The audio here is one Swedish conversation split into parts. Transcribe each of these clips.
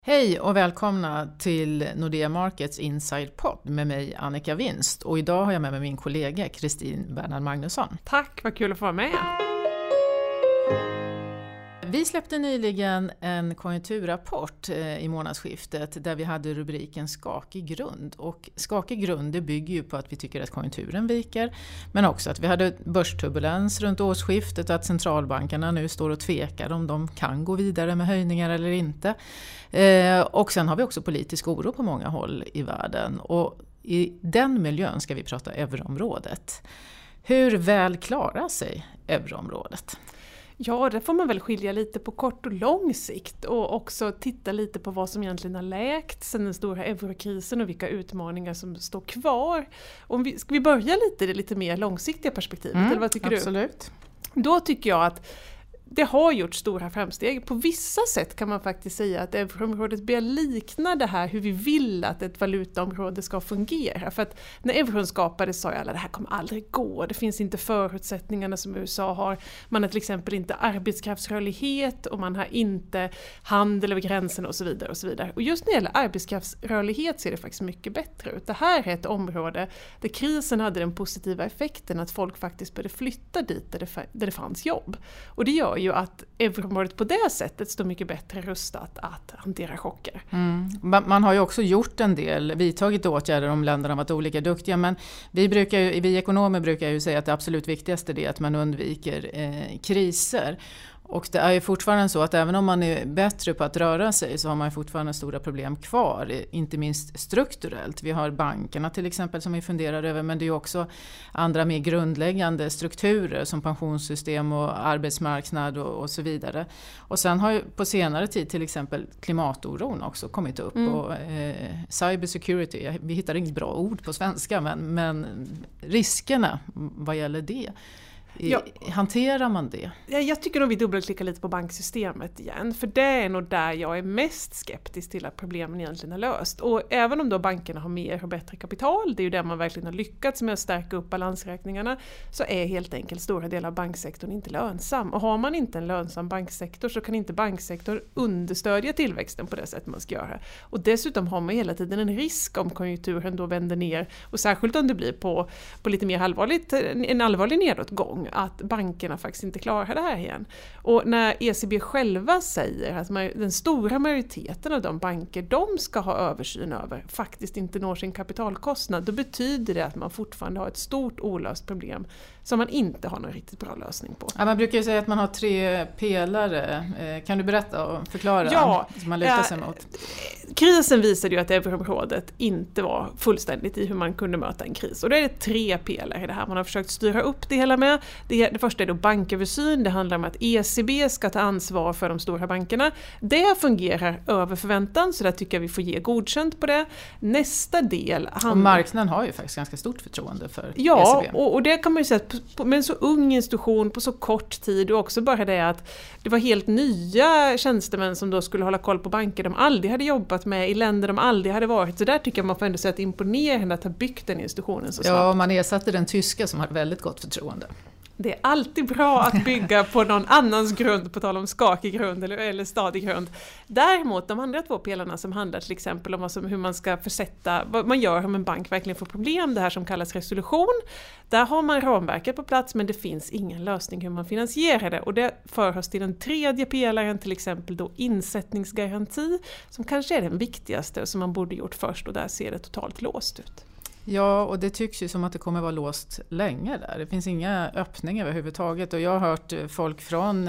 Hej och välkomna till Nordea Markets Inside-podd med mig Annika Winst. Och idag har jag med mig min kollega Kristin Bernhard Magnusson. Tack, vad kul att få vara med. Vi släppte nyligen en konjunkturrapport i månadsskiftet där vi hade rubriken skakig grund. Och skakig grund det bygger ju på att vi tycker att konjunkturen viker, men också att vi hade börsturbulens runt årsskiftet och att centralbankerna nu står och tvekar om de kan gå vidare med höjningar eller inte. Och sen har vi också politisk oro på många håll i världen, och i den miljön ska vi prata euroområdet. Hur väl klarar sig euroområdet? Ja, det får man väl skilja lite på kort och lång sikt och också titta lite på vad som egentligen har läkt sedan den stora eurokrisen och vilka utmaningar som står kvar. Ska vi börja lite mer långsiktiga perspektivet, eller vad tycker absolut. du? Då tycker jag att det har gjort stora framsteg. På vissa sätt kan man faktiskt säga att euroområdet börjar likna det här hur vi vill att ett valutaområde ska fungera. För att när euron skapades sa alla att det här kommer aldrig gå. Det finns inte förutsättningarna som USA har. Man har till exempel inte arbetskraftsrörlighet och man har inte handel över gränsen och så vidare och så vidare. Och just när det gäller arbetskraftsrörlighet ser det faktiskt mycket bättre ut. Det här är ett område där krisen hade den positiva effekten att folk faktiskt började flytta dit där det fanns jobb. Och det gör ju att euroområdet på det sättet står mycket bättre rustat att hantera chocker. Man har ju också gjort en del, vidtagit åtgärder om länderna har varit olika duktiga, men vi ekonomer brukar ju säga att det absolut viktigaste är att man undviker kriser. Och det är ju fortfarande så att även om man är bättre på att röra sig så har man fortfarande stora problem kvar, inte minst strukturellt. Vi har bankerna till exempel som vi funderar över, men det är ju också andra mer grundläggande strukturer som pensionssystem och arbetsmarknad och så vidare. Och sen har ju på senare tid till exempel klimatoron också kommit upp och cybersecurity, vi hittar inget bra ord på svenska, men riskerna vad gäller det. Hanterar man det? Jag tycker nog vi dubbelklickar lite på banksystemet igen. För det är nog där jag är mest skeptisk till att problemen egentligen är löst. Och även om då bankerna har mer och bättre kapital, det är ju där man verkligen har lyckats med att stärka upp balansräkningarna, så är helt enkelt stora delar av banksektorn inte lönsam. Och har man inte en lönsam banksektor så kan inte banksektor understödja tillväxten på det sätt man ska göra. Och dessutom har man hela tiden en risk om konjunkturen då vänder ner, och särskilt om det blir på lite mer en allvarlig nedåtgång, att bankerna faktiskt inte klarar det här igen. Och när ECB själva säger att den stora majoriteten av de banker de ska ha översyn över faktiskt inte når sin kapitalkostnad, då betyder det att man fortfarande har ett stort olöst problem som man inte har någon riktigt bra lösning på. Ja, man brukar ju säga att man har 3 pelare. Kan du berätta och förklara som man lutar sig mot? Krisen visade ju att euroområdet inte var fullständigt i hur man kunde möta en kris. Och det är 3 pelare i det här man har försökt styra upp det hela med. Det första är då banköversyn. Det handlar om att ECB ska ta ansvar för de stora bankerna. Det fungerar över förväntan, så där tycker jag vi får ge godkänt på det. Nästa del och marknaden har ju faktiskt ganska stort förtroende för ECB. Ja, och det kan man ju säga att med en så ung institution på så kort tid, och också bara det att det var helt nya tjänstemän som då skulle hålla koll på banker de aldrig hade jobbat med i länder de aldrig hade varit. Så där tycker jag man får ändå säga att det är imponerande att ha byggt den institutionen så snabbt. Ja, man ersatte den tyska som har väldigt gott förtroende. Det är alltid bra att bygga på någon annans grund, på tal om skakig grund eller stadig grund. Däremot de andra 2 pelarna som handlar till exempel om hur man ska försätta, vad man gör om en bank verkligen får problem, det här som kallas resolution. Där har man ramverket på plats, men det finns ingen lösning hur man finansierar det. Och det för oss till den 3:e pelaren, till exempel då insättningsgaranti, som kanske är den viktigaste och som man borde gjort först, och där ser det totalt låst ut. Ja, och det tycks ju som att det kommer vara låst länge där. Det finns inga öppningar överhuvudtaget, och jag har hört folk från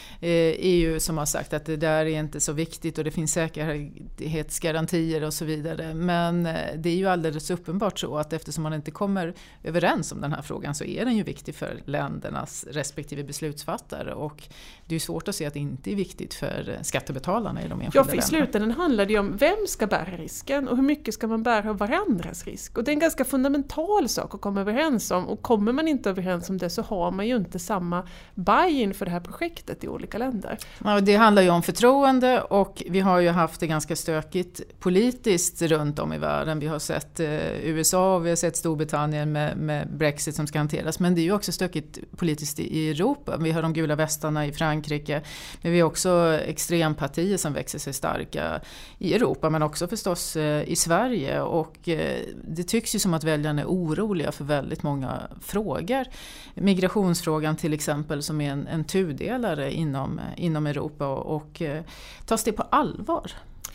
EU som har sagt att det där är inte så viktigt och det finns säkerhetsgarantier och så vidare. Men det är ju alldeles uppenbart så att eftersom man inte kommer överens om den här frågan så är den ju viktig för ländernas respektive beslutsfattare, och det är ju svårt att se att det inte är viktigt för skattebetalarna i de enskilda länderna. Ja, för i slutändan handlar det om vem ska bära risken och hur mycket ska man bära av varandras risk. Och den en ganska fundamental sak att komma överens om, och kommer man inte överens om det så har man ju inte samma buy-in för det här projektet i olika länder. Ja, det handlar ju om förtroende, och vi har ju haft det ganska stökigt politiskt runt om i världen. Vi har sett USA, vi har sett Storbritannien med Brexit som ska hanteras, men det är ju också stökigt politiskt i Europa. Vi har de gula västarna i Frankrike, men vi har också extrempartier som växer sig starka i Europa, men också förstås i Sverige, och det tycks ju som att väljarna är oroliga för väldigt många frågor. Migrationsfrågan till exempel, som är en tudelare inom Europa, och tas det på allvar?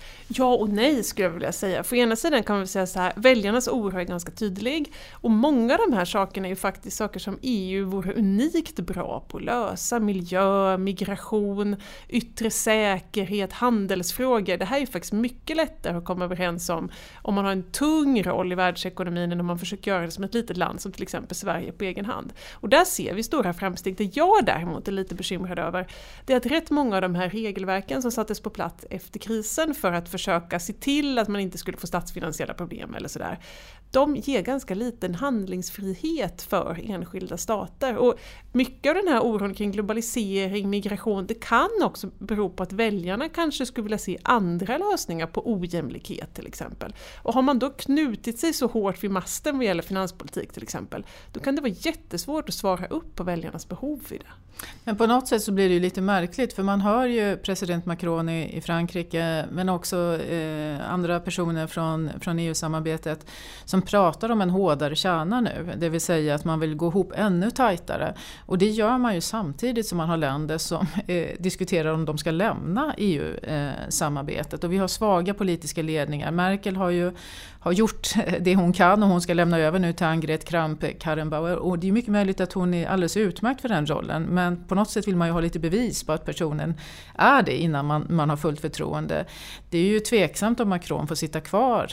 Ja och nej skulle jag vilja säga. För ena sidan kan man säga så här, väljarnas oro är ganska tydlig, och många av de här sakerna är ju faktiskt saker som EU vore unikt bra på att lösa. Miljö, migration, yttre säkerhet, handelsfrågor. Det här är ju faktiskt mycket lättare att komma överens om man har en tung roll i världsekonomin än om man försöker göra det som ett litet land som till exempel Sverige på egen hand. Och där ser vi stora framsteg. Det jag däremot är lite bekymrad över, det är att rätt många av de här regelverken som sattes på plats efter krisen för att försöka se till att man inte skulle få statsfinansiella problem eller sådär, de ger ganska liten handlingsfrihet för enskilda stater. Och mycket av den här oron kring globalisering, migration, det kan också bero på att väljarna kanske skulle vilja se andra lösningar på ojämlikhet till exempel. Och har man då knutit sig så hårt vid masten vad gäller finanspolitik till exempel, då kan det vara jättesvårt att svara upp på väljarnas behov i det. Men på något sätt så blir det ju lite märkligt, för man hör ju president Macron i Frankrike, men också andra personer från EU-samarbetet som pratar om en hårdare kärna nu. Det vill säga att man vill gå ihop ännu tajtare. Och det gör man ju samtidigt som man har länder som diskuterar om de ska lämna EU-samarbetet. Och vi har svaga politiska ledningar. Merkel har gjort det hon kan, och hon ska lämna över nu till Annegret Kramp-Karrenbauer. Och det är mycket möjligt att hon är alldeles utmärkt för den rollen. Men på något sätt vill man ju ha lite bevis på att personen är det innan man har fullt förtroende. Det är ju tveksamt om Macron får sitta kvar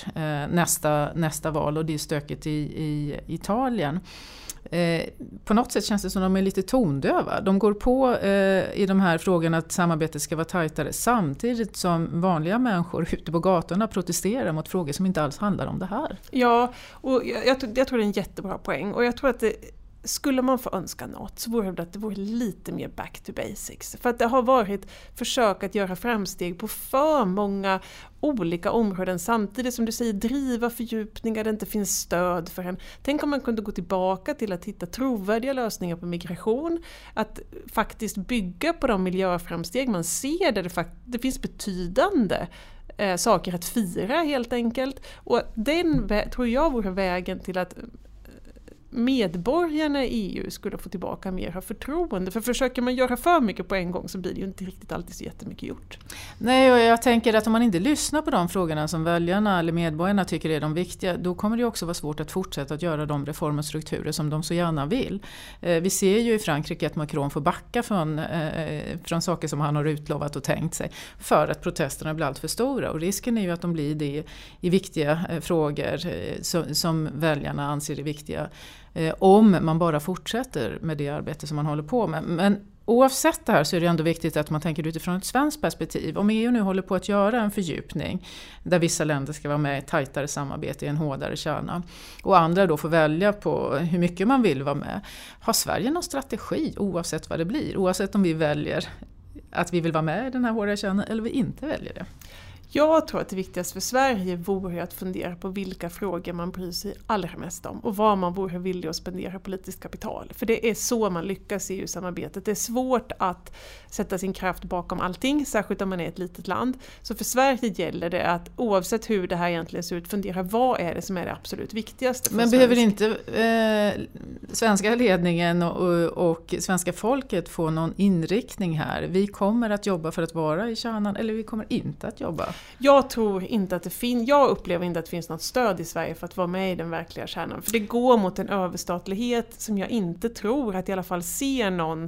nästa val, och det är stökigt i Italien. På något sätt känns det som att de är lite tondöva. De går på i de här frågorna att samarbetet ska vara tajtare, samtidigt som vanliga människor ute på gatorna protesterar mot frågor som inte alls handlar om det här. Ja, och jag tror det är en jättebra poäng, och jag tror att skulle man få önska något så vore det att det vore lite mer back to basics. För att det har varit försök att göra framsteg på för många olika områden samtidigt som du säger, driva fördjupningar där det inte finns stöd för en. Tänk om man kunde gå tillbaka till att hitta trovärdiga lösningar på migration, att faktiskt bygga på de miljöframsteg man ser där det finns betydande saker att fira helt enkelt. Och den tror jag vore vägen till att medborgarna i EU skulle få tillbaka mer förtroende. För försöker man göra för mycket på en gång så blir det ju inte riktigt alltid så jättemycket gjort. Nej, och jag tänker att om man inte lyssnar på de frågorna som väljarna eller medborgarna tycker är de viktiga, då kommer det också vara svårt att fortsätta att göra de reformer och strukturer som de så gärna vill. Vi ser ju i Frankrike att Macron får backa från saker som han har utlovat och tänkt sig, för att protesterna blir allt för stora. Och risken är ju att de blir det i viktiga frågor som väljarna anser är viktiga, om man bara fortsätter med det arbete som man håller på med. Men oavsett det här så är det ändå viktigt att man tänker utifrån ett svenskt perspektiv. Om EU nu håller på att göra en fördjupning där vissa länder ska vara med i ett tajtare samarbete i en hårdare kärna, och andra då får välja på hur mycket man vill vara med. Har Sverige någon strategi oavsett vad det blir? Oavsett om vi väljer att vi vill vara med i den här hårdare kärnan eller vi inte väljer det? Jag tror att det viktigaste för Sverige vore att fundera på vilka frågor man bryr sig allra mest om och vad man vore villig att spendera politiskt kapital. För det är så man lyckas i EU-samarbetet. Det är svårt att sätta sin kraft bakom allting, särskilt om man är ett litet land. Så för Sverige gäller det att oavsett hur det här egentligen ser ut, fundera vad är det som är det absolut viktigaste. Men behöver inte svenska ledningen och svenska folket få någon inriktning här? Vi kommer att jobba för att vara i kärnan, eller vi kommer inte att jobba? Jag tror inte att jag upplever inte att det finns något stöd i Sverige för att vara med i den verkliga kärnan. För det går mot en överstatlighet som jag inte tror att i alla fall ser någon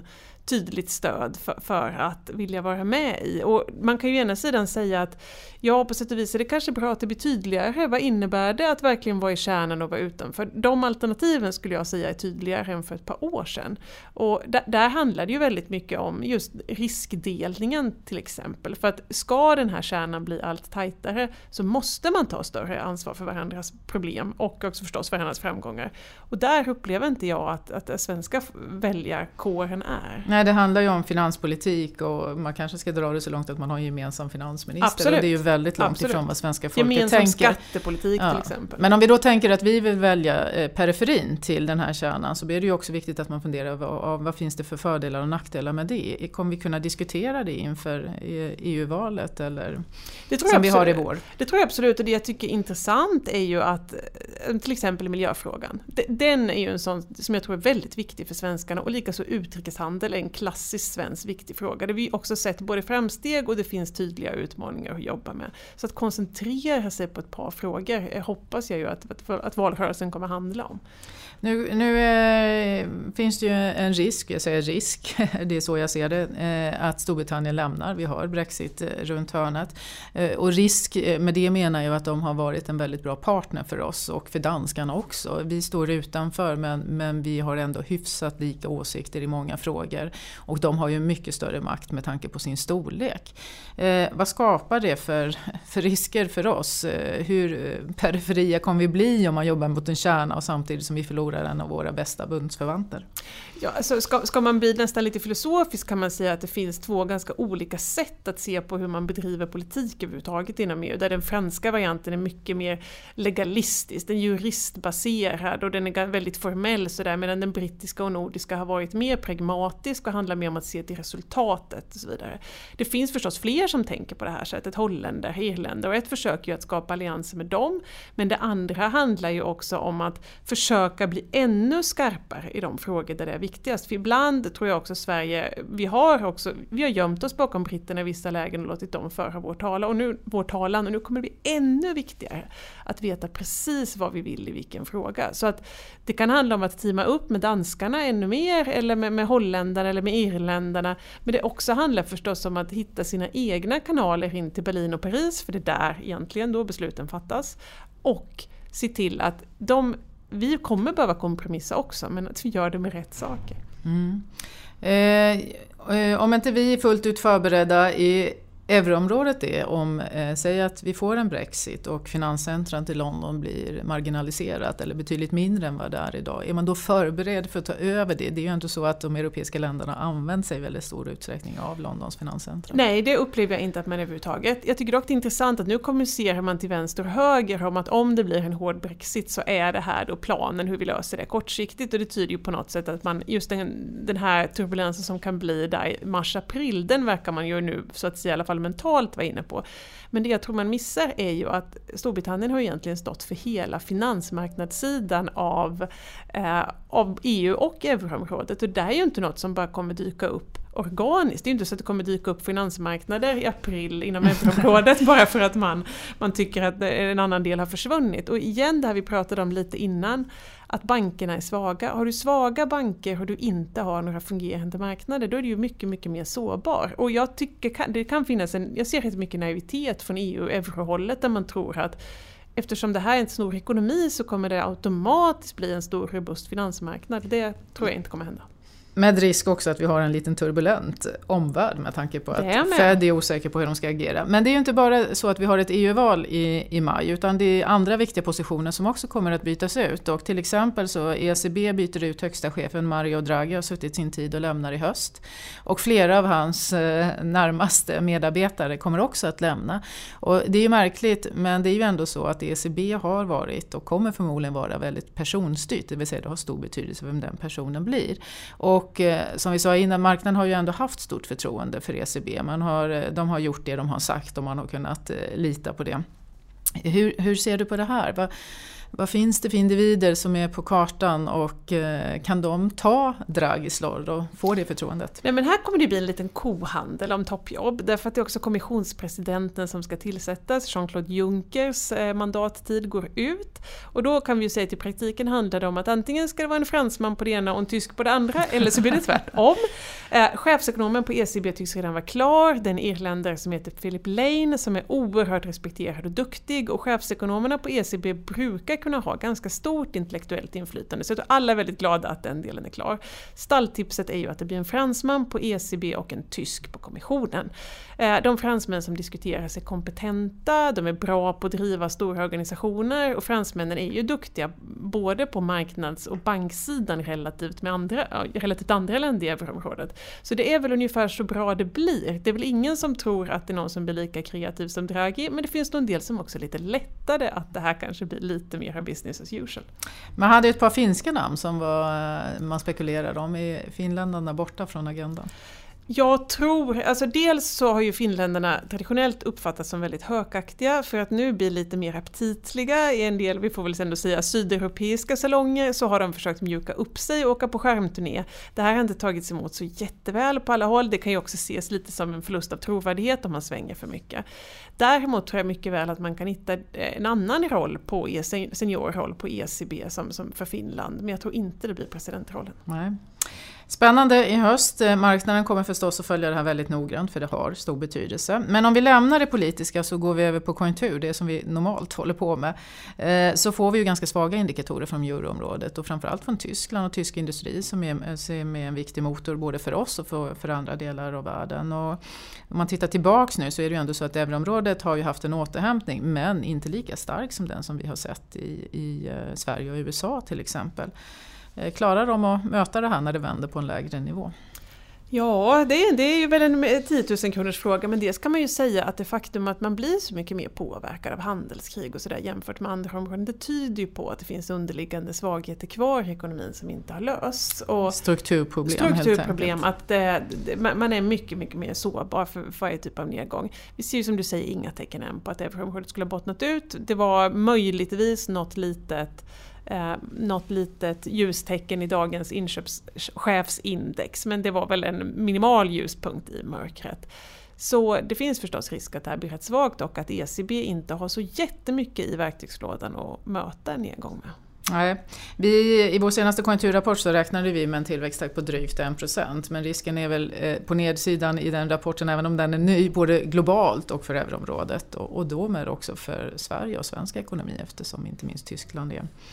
tydligt stöd för att vilja vara med i. Och man kan ju ena sidan säga att ja, på sätt och vis är det kanske bra att det blir tydligare. Vad innebär det att verkligen vara i kärnan och vara utanför? De alternativen skulle jag säga är tydligare än för ett par år sedan. Och där handlar det ju väldigt mycket om just riskdelningen till exempel. För att ska den här kärnan bli allt tajtare så måste man ta större ansvar för varandras problem och också förstås varandras framgångar. Och där upplever inte jag att svenska väljarkåren är. Nej, det handlar ju om finanspolitik och man kanske ska dra det så långt att man har en gemensam finansminister. Absolut. Och det är ju väldigt långt ifrån vad svenska folket gemensam tänker. Skattepolitik till exempel. Men om vi då tänker att vi vill välja periferin till den här kärnan så blir det ju också viktigt att man funderar vad finns det för fördelar och nackdelar med det? Kommer vi kunna diskutera det inför EU-valet eller det tror som jag vi har i vår? Det tror jag absolut, och det jag tycker är intressant är ju att till exempel miljöfrågan. Den är ju en sån som jag tror är väldigt viktig för svenskarna och likaså utrikeshandel är en klassisk svensk viktig fråga. Det vi också sett både framsteg och det finns tydliga utmaningar att jobba med. Så att koncentrera sig på ett par frågor hoppas jag ju att valrörelsen kommer handla om. Nu finns det ju en risk, jag säger risk, det är så jag ser det, att Storbritannien lämnar. Vi har Brexit runt hörnet. Och risk med det menar jag att de har varit en väldigt bra partner för oss och för danskarna också. Vi står utanför men vi har ändå hyfsat lika åsikter i många frågor. Och de har ju mycket större makt med tanke på sin storlek. Vad skapar det för risker för oss? Hur periferia kommer vi bli om man jobbar mot en kärna och samtidigt som vi förlorar en av våra bästa bundsförvanter? Ja, alltså ska man bli nästan lite filosofisk kan man säga att det finns två ganska olika sätt att se på hur man bedriver politik överhuvudtaget inom EU. Där den franska varianten är mycket mer legalistisk, den är juristbaserad och den är väldigt formell sådär, medan den brittiska och nordiska har varit mer pragmatisk och handlar mer om att se till resultatet och så vidare. Det finns förstås fler som tänker på det här sättet, holländare, irländare, och ett försök ju att skapa allianser med dem, men det andra handlar ju också om att försöka bli ännu skarpare i de frågor där det är viktigast. För ibland tror jag också Sverige, vi har gömt oss bakom britterna i vissa lägen och låtit dem föra vår talan och nu kommer det bli ännu viktigare att veta precis vad vi vill i vilken fråga. Så att det kan handla om att teama upp med danskarna ännu mer eller med holländarna eller med irländarna, men det också handlar förstås om att hitta sina egna kanaler in till Berlin och Paris, för det är där egentligen då besluten fattas, och se till att vi kommer behöva kompromissa också, men att vi gör det med rätt saker. Om inte vi är fullt ut förberedda i euroområdet är säg att vi får en Brexit och finanscentran till London blir marginaliserat eller betydligt mindre än vad det är idag. Är man då förberedd för att ta över det? Det är ju inte så att de europeiska länderna använder sig i väldigt stor utsträckning av Londons finanscentrum. Nej, det upplever jag inte att man överhuvudtaget. Jag tycker dock det är intressant att nu kommunicerar man till vänster och höger om att om det blir en hård Brexit så är det här då planen hur vi löser det kortsiktigt, och det tyder ju på något sätt att man just den här turbulensen som kan bli där i mars-april, den verkar man ju nu så att säga i alla fall mentalt var inne på. Men det jag tror man missar är ju att Storbritannien har egentligen stått för hela finansmarknadssidan av EU och euroområdet, och det är ju inte något som bara kommer dyka upp organiskt. Det är inte så att det kommer dyka upp finansmarknader i april inom euroområdet bara för att man tycker att en annan del har försvunnit. Och igen, det här vi pratade om lite innan, att bankerna är svaga. Har du svaga banker och du inte har några fungerande marknader, då är det ju mycket, mycket mer sårbar. Och jag tycker det kan finnas jag ser rätt mycket naivitet från EU och eurohållet där man tror att eftersom det här är en stor ekonomi så kommer det automatiskt bli en stor robust finansmarknad. Det tror jag inte kommer hända. Med risk också att vi har en liten turbulent omvärld med tanke på att Fed är osäker på hur de ska agera. Men det är ju inte bara så att vi har ett EU-val i maj, utan det är andra viktiga positioner som också kommer att bytas ut. Och till exempel så ECB byter ut högsta chefen Mario Draghi, har suttit sin tid och lämnar i höst. Och flera av hans närmaste medarbetare kommer också att lämna. Och det är ju märkligt, men det är ju ändå så att ECB har varit och kommer förmodligen vara väldigt personstyrt. Det vill säga det har stor betydelse vem den personen blir. Och som vi sa innan, marknaden har ju ändå haft stort förtroende för ECB. De har gjort det de har sagt och man har kunnat lita på det. Hur ser du på det här? Vad finns det för individer som är på kartan och kan de ta Draghis roll och få det förtroendet? Nej, men här kommer det bli en liten kohandel om toppjobb, därför att det är också kommissionspresidenten som ska tillsättas. Jean-Claude Junckers mandattid går ut, och då kan vi ju säga att i praktiken handlar det om att antingen ska det vara en fransman på det ena och en tysk på det andra, eller så blir det tvärtom. Chefsekonomen på ECB tycks redan vara klar, den irländare som heter Philip Lane som är oerhört respekterad och duktig, och chefsekonomerna på ECB brukar kunna ha ganska stort intellektuellt inflytande, så att alla är väldigt glada att den delen är klar. Stalltipset är ju att det blir en fransman på ECB och en tysk på kommissionen. De fransmän som diskuteras är kompetenta, de är bra på att driva stora organisationer, och fransmännen är ju duktiga både på marknads- och banksidan relativt andra länder i euroområdet. Så det är väl ungefär så bra det blir. Det är väl ingen som tror att det är någon som blir lika kreativ som Draghi, men det finns nog en del som också är lite lättade att det här kanske blir lite mer business as usual. Man hade ett par finska namn som man spekulerade om. Är finländarna borta från agendan? Jag tror, alltså dels så har ju finländarna traditionellt uppfattats som väldigt hökaktiga, för att nu bli lite mer aptitliga i en del, vi får väl ändå säga, sydeuropeiska salonger, så har de försökt mjuka upp sig och åka på skärmturné. Det här har inte tagits emot så jätteväl på alla håll, det kan ju också ses lite som en förlust av trovärdighet om man svänger för mycket. Däremot tror jag mycket väl att man kan hitta en annan roll på seniorroll på ECB som för Finland, men jag tror inte det blir presidentrollen. Nej. Spännande i höst. Marknaden kommer förstås att följa det här väldigt noggrant, för det har stor betydelse. Men om vi lämnar det politiska så går vi över på konjunktur, det som vi normalt håller på med. Så får vi ju ganska svaga indikatorer från euroområdet, och framförallt från Tyskland och tysk industri som är en viktig motor både för oss och för andra delar av världen. Och om man tittar tillbaks nu så är det ju ändå så att euroområdet har ju haft en återhämtning, men inte lika stark som den som vi har sett i Sverige och USA till exempel. Klarar de att möta det här när det vänder på en lägre nivå? Ja, det är ju väl en 10 000 kronors fråga, men det ska man ju säga att det faktum att man blir så mycket mer påverkad av handelskrig och sådär jämfört med andra områden, det tyder ju på att det finns underliggande svagheter kvar i ekonomin som inte har lösts. Och strukturproblem, att man är mycket, mycket mer sårbar för varje typ av nedgång. Vi ser ju som du säger inga tecken än på att euroområdet skulle ha bottnat ut. Det var möjligtvis något litet ljustecken i dagens inköpschefsindex, men det var väl en minimal ljuspunkt i mörkret. Så det finns förstås risk att det här blir rätt svagt och att ECB inte har så jättemycket i verktygslådan att möta en nedgång med. Nej. I vår senaste konjunkturrapport så räknade vi med en tillväxttakt på drygt 1%, men risken är väl på nedsidan i den rapporten, även om den är ny både globalt och för euroområdet, och då med också för Sverige och svensk ekonomi, eftersom inte minst Tyskland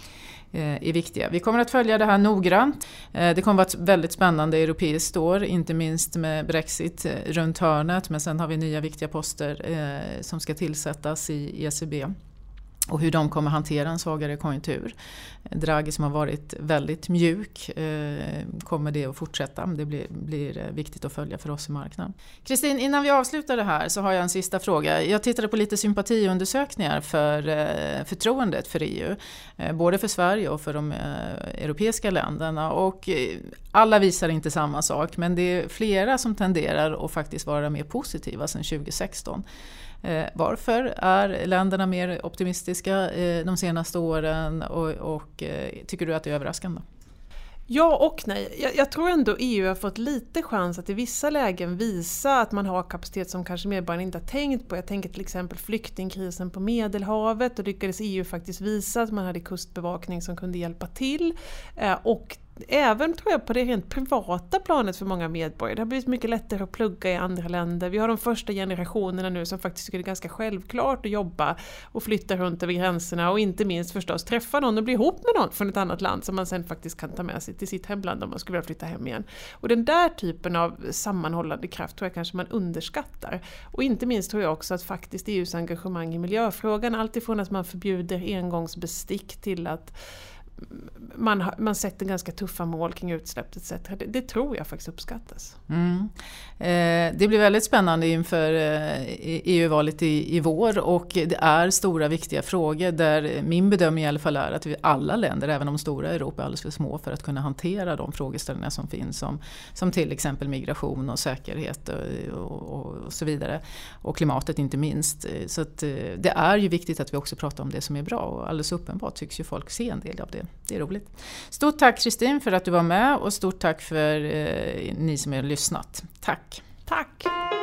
är viktiga. Vi kommer att följa det här noggrant. Det kommer att vara ett väldigt spännande europeiskt år, inte minst med Brexit runt hörnet, men sen har vi nya viktiga poster som ska tillsättas i ECB. Och hur de kommer hantera en svagare konjunktur. Draghi som har varit väldigt mjuk, kommer det att fortsätta. Det blir viktigt att följa för oss i marknaden. Kristin, innan vi avslutar det här så har jag en sista fråga. Jag tittade på lite sympatiundersökningar för förtroendet för EU. Både för Sverige och för de europeiska länderna. Och alla visar inte samma sak, men det är flera som tenderar att faktiskt vara mer positiva sedan 2016. Varför är länderna mer optimistiska de senaste åren och tycker du att det är överraskande? Ja och nej. Jag tror ändå EU har fått lite chans att i vissa lägen visa att man har kapacitet som kanske medborgarna inte har tänkt på. Jag tänker till exempel flyktingkrisen på Medelhavet, och lyckades EU faktiskt visa att man hade kustbevakning som kunde hjälpa till. Och även tror jag på det rent privata planet för många medborgare. Det har blivit mycket lättare att plugga i andra länder. Vi har de första generationerna nu som faktiskt tycker det är ganska självklart att jobba och flytta runt över gränserna, och inte minst förstås träffa någon och bli ihop med någon från ett annat land som man sen faktiskt kan ta med sig till sitt hemland om man skulle vilja flytta hem igen. Och den där typen av sammanhållande kraft tror jag kanske man underskattar. Och inte minst tror jag också att faktiskt EUs engagemang i miljöfrågan, alltifrån att man förbjuder engångsbestick till att man sätter ganska tuffa mål kring utsläpp etc. Det tror jag faktiskt uppskattas. Det blir väldigt spännande inför EU-valet i vår, och det är stora viktiga frågor där min bedömning i alla fall är att vi alla länder, även de stora i Europa, är alldeles för små för att kunna hantera de frågeställningar som finns som till exempel migration och säkerhet och så vidare, och klimatet inte minst. Så att det är ju viktigt att vi också pratar om det som är bra, och alldeles uppenbart tycks ju folk se en del av det. Det är roligt. Stort tack Kristin för att du var med, och stort tack för ni som har lyssnat. Tack! Tack!